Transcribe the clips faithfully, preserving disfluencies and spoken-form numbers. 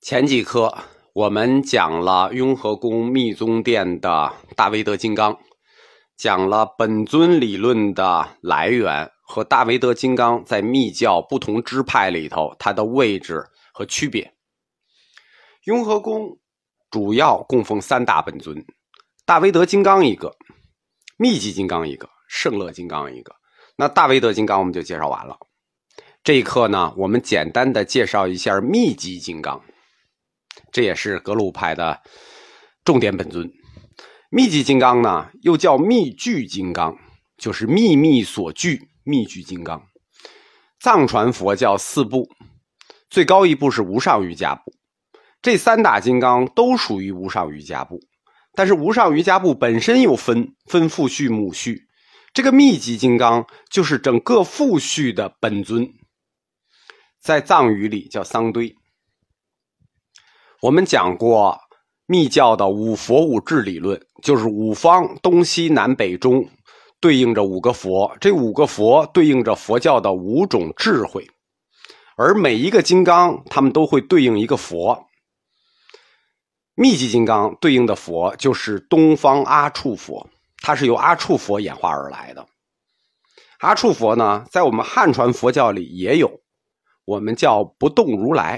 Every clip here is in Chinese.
前几课我们讲了雍和宫密宗殿的大威德金刚，讲了本尊理论的来源和大威德金刚在密教不同支派里头它的位置和区别。雍和宫主要供奉三大本尊，大威德金刚一个，密集金刚一个，胜乐金刚一个。那大威德金刚我们就介绍完了。这一课呢，我们简单的介绍一下密集金刚，这也是格鲁派的重点本尊。密集金刚呢，又叫密具金刚，就是秘密所具，密具金刚。藏传佛教四部，最高一部是无上瑜伽部，这三大金刚都属于无上瑜伽部，但是无上瑜伽部本身又分分父序母序，这个密集金刚就是整个父序的本尊，在藏语里叫桑堆。我们讲过密教的五佛五智理论，就是五方东西南北中对应着五个佛，这五个佛对应着佛教的五种智慧，而每一个金刚他们都会对应一个佛。密集金刚对应的佛就是东方阿处佛，它是由阿处佛演化而来的。阿处佛呢，在我们汉传佛教里也有，我们叫不动如来，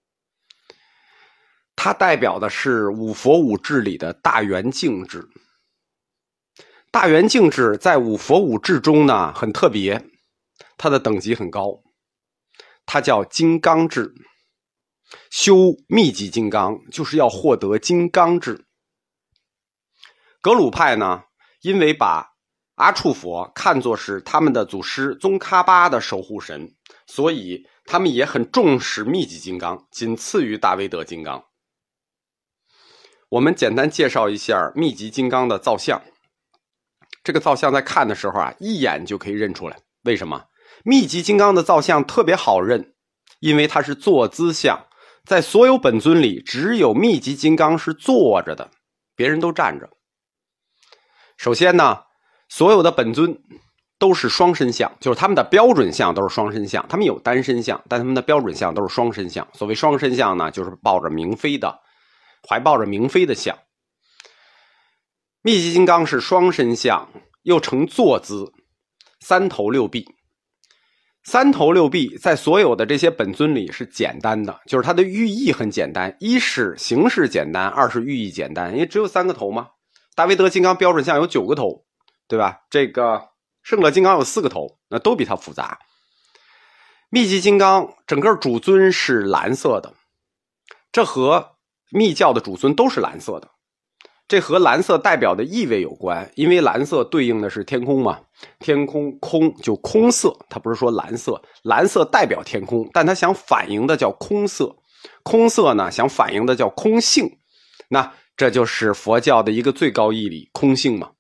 它代表的是五佛五智里的大圆净智。大圆净智在五佛五智中呢很特别，它的等级很高，它叫金刚智。修密集金刚就是要获得金刚智。格鲁派呢，因为把阿处佛看作是他们的祖师宗喀巴的守护神，所以他们也很重视密集金刚，仅次于大威德金刚。我们简单介绍一下密集金刚的造像。这个造像在看的时候啊，一眼就可以认出来。为什么？密集金刚的造像特别好认，因为它是坐姿像，在所有本尊里只有密集金刚是坐着的，别人都站着。首先呢，所有的本尊都是双身像，就是他们的标准像都是双身像，他们有单身像，但他们的标准像都是双身像。所谓双身像呢，就是抱着明妃的，怀抱着明妃的像。密集金刚是双身像，又呈坐姿，三头六臂。三头六臂在所有的这些本尊里是简单的，就是它的寓意很简单，一是形式简单，二是寓意简单，因为只有三个头嘛。大威德金刚标准像有九个头，对吧？这个胜乐金刚有四个头，那都比它复杂。密集金刚整个主尊是蓝色的，这和密教的主尊都是蓝色的，这和蓝色代表的意味有关，因为蓝色对应的是天空嘛，天空空就空色，它不是说蓝色，蓝色代表天空，但它想反映的叫空色，空色呢想反映的叫空性，那这就是佛教的一个最高义理，空性嘛。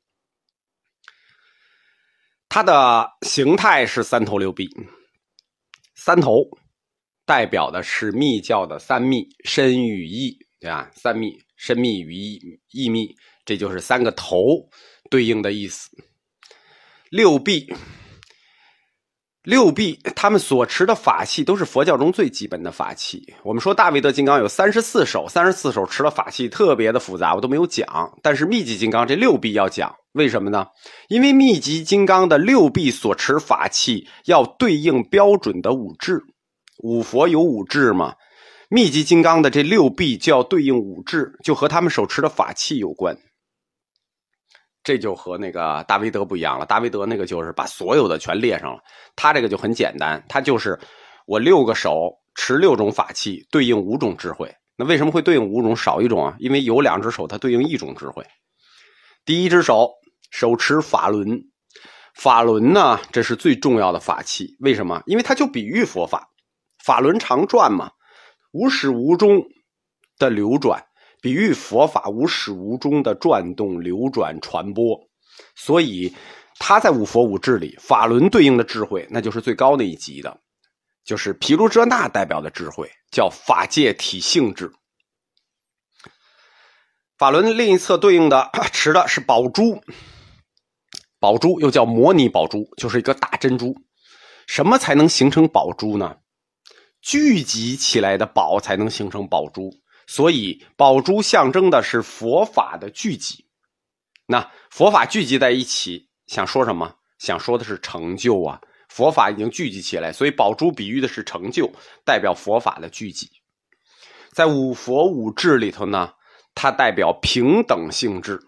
它的形态是三头六臂，三头代表的是密教的三密，身语意，对吧？三密，身密语意意密，这就是三个头对应的意思。六臂，六臂他们所持的法器都是佛教中最基本的法器。我们说大威德金刚有三十四手，三十四手持的法器特别的复杂，我都没有讲，但是密集金刚这六臂要讲。为什么呢？因为密集金刚的六臂所持法器要对应标准的五智，五佛有五智嘛，密集金刚的这六臂就要对应五智，就和他们手持的法器有关。这就和那个大威德不一样了，大威德那个就是把所有的全列上了，他这个就很简单，他就是我六个手持六种法器对应五种智慧。那为什么会对应五种少一种啊？因为有两只手它对应一种智慧。第一只手手持法轮，法轮呢这是最重要的法器，为什么？因为它就比喻佛法，法轮常转嘛，无始无终的流转，比喻佛法无始无终的转动、流转、传播，所以它在五佛五智里，法轮对应的智慧那就是最高那一级的，就是毗卢遮那代表的智慧，叫法界体性智。法轮另一侧对应的持的是宝珠，宝珠又叫摩尼宝珠，就是一个大珍珠。什么才能形成宝珠呢？ 聚集起来的宝才能形成宝珠，所以宝珠象征的是佛法的聚集。那佛法聚集在一起，想说什么？想说的是成就啊。佛法已经聚集起来，所以宝珠比喻的是成就，代表佛法的聚集。在五佛五智里头呢，它代表平等性质。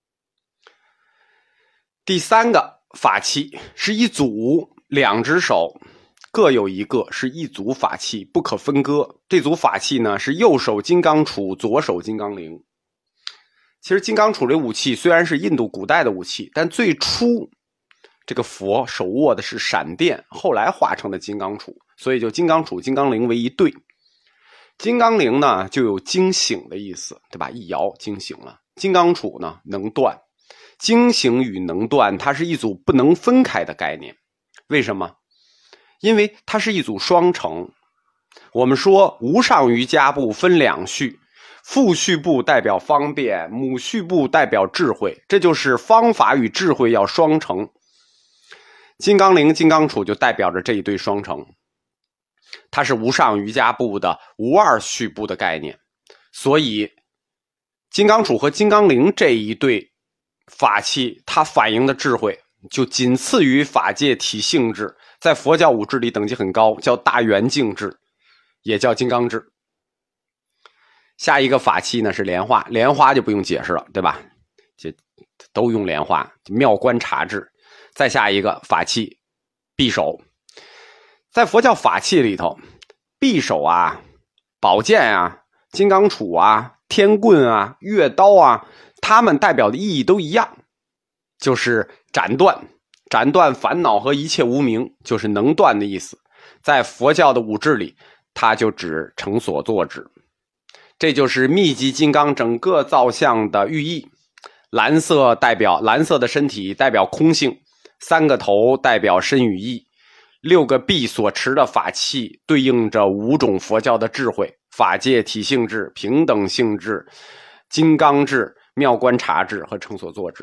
第三个法器是一组，两只手各有一个，是一组法器，不可分割。这组法器呢是右手金刚杵，左手金刚铃。其实金刚杵这武器虽然是印度古代的武器，但最初这个佛手握的是闪电，后来化成的金刚杵，所以就金刚杵金刚铃为一对。金刚铃呢就有惊醒的意思，对吧？一摇惊醒了。金刚杵呢能断，惊醒与能断它是一组不能分开的概念。为什么？因为它是一组双成。我们说无上瑜伽部分两序，父序部代表方便，母序部代表智慧，这就是方法与智慧要双成。金刚铃金刚杵就代表着这一对双成，它是无上瑜伽部的无二序部的概念，所以金刚杵和金刚铃这一对法器，它反映的智慧就仅次于法界体性智，在佛教五智里等级很高，叫大圆净智，也叫金刚智。下一个法器呢是莲花，莲花就不用解释了，对吧？这都用莲花，妙观察智。再下一个法器匕首。在佛教法器里头，匕首啊、宝剑啊、金刚杵啊、天棍啊、月刀啊，它们代表的意义都一样，就是斩断斩断烦恼和一切无明，就是能断的意思。在佛教的五智里，它就指成所作智。这就是密集金刚整个造像的寓意。蓝色代表蓝色的身体代表空性，三个头代表身与意，六个臂所持的法器对应着五种佛教的智慧：法界体性智、平等性智、金刚智、妙观察智和成所作智。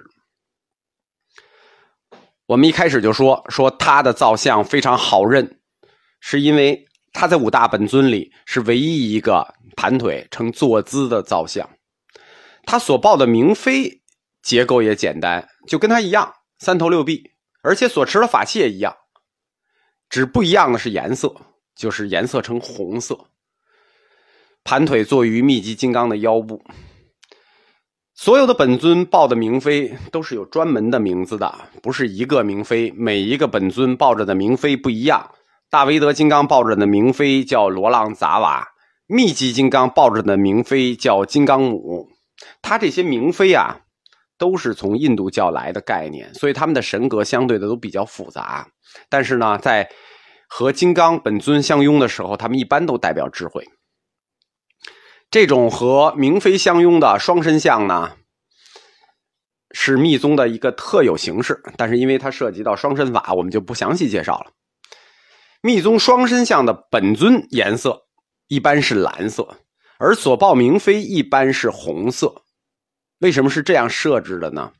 我们一开始就说说他的造像非常好认，是因为他在五大本尊里是唯一一个盘腿呈坐姿的造像。他所抱的明妃结构也简单，就跟他一样，三头六臂，而且所持的法器也一样，只不一样的是颜色，就是颜色呈红色。盘腿坐于密集金刚的腰部。所有的本尊抱的明妃都是有专门的名字的，不是一个明妃，每一个本尊抱着的明妃不一样。大威德金刚抱着的明妃叫罗浪杂瓦，密集金刚抱着的明妃叫金刚母。他这些明妃啊，都是从印度教来的概念，所以他们的神格相对的都比较复杂。但是呢，在和金刚本尊相拥的时候，他们一般都代表智慧。这种和明妃相拥的双身像呢，是密宗的一个特有形式，但是因为它涉及到双身法，我们就不详细介绍了。密宗双身像的本尊颜色一般是蓝色，而所抱明妃一般是红色。为什么是这样设置的呢？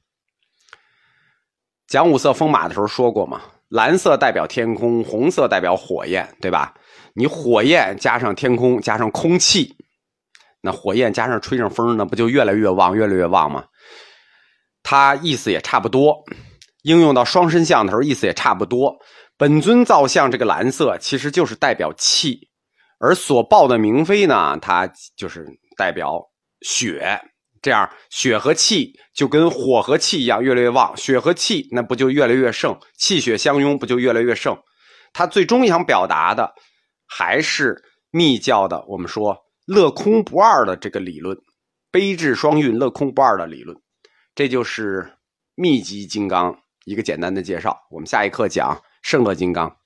讲五色风马的时候说过嘛，蓝色代表天空，红色代表火焰，对吧？你火焰加上天空加上空气，那火焰加上吹上风，那不就越来越旺越来越旺吗？它意思也差不多，应用到双身像的时候意思也差不多。本尊造像这个蓝色其实就是代表气，而所抱的明妃呢，它就是代表血。这样血和气就跟火和气一样越来越旺，血和气那不就越来越盛，气血相拥不就越来越盛。它最终想表达的还是密教的我们说乐空不二的这个理论，悲智双运乐空不二的理论。这就是密集金刚一个简单的介绍，我们下一课讲胜乐金刚。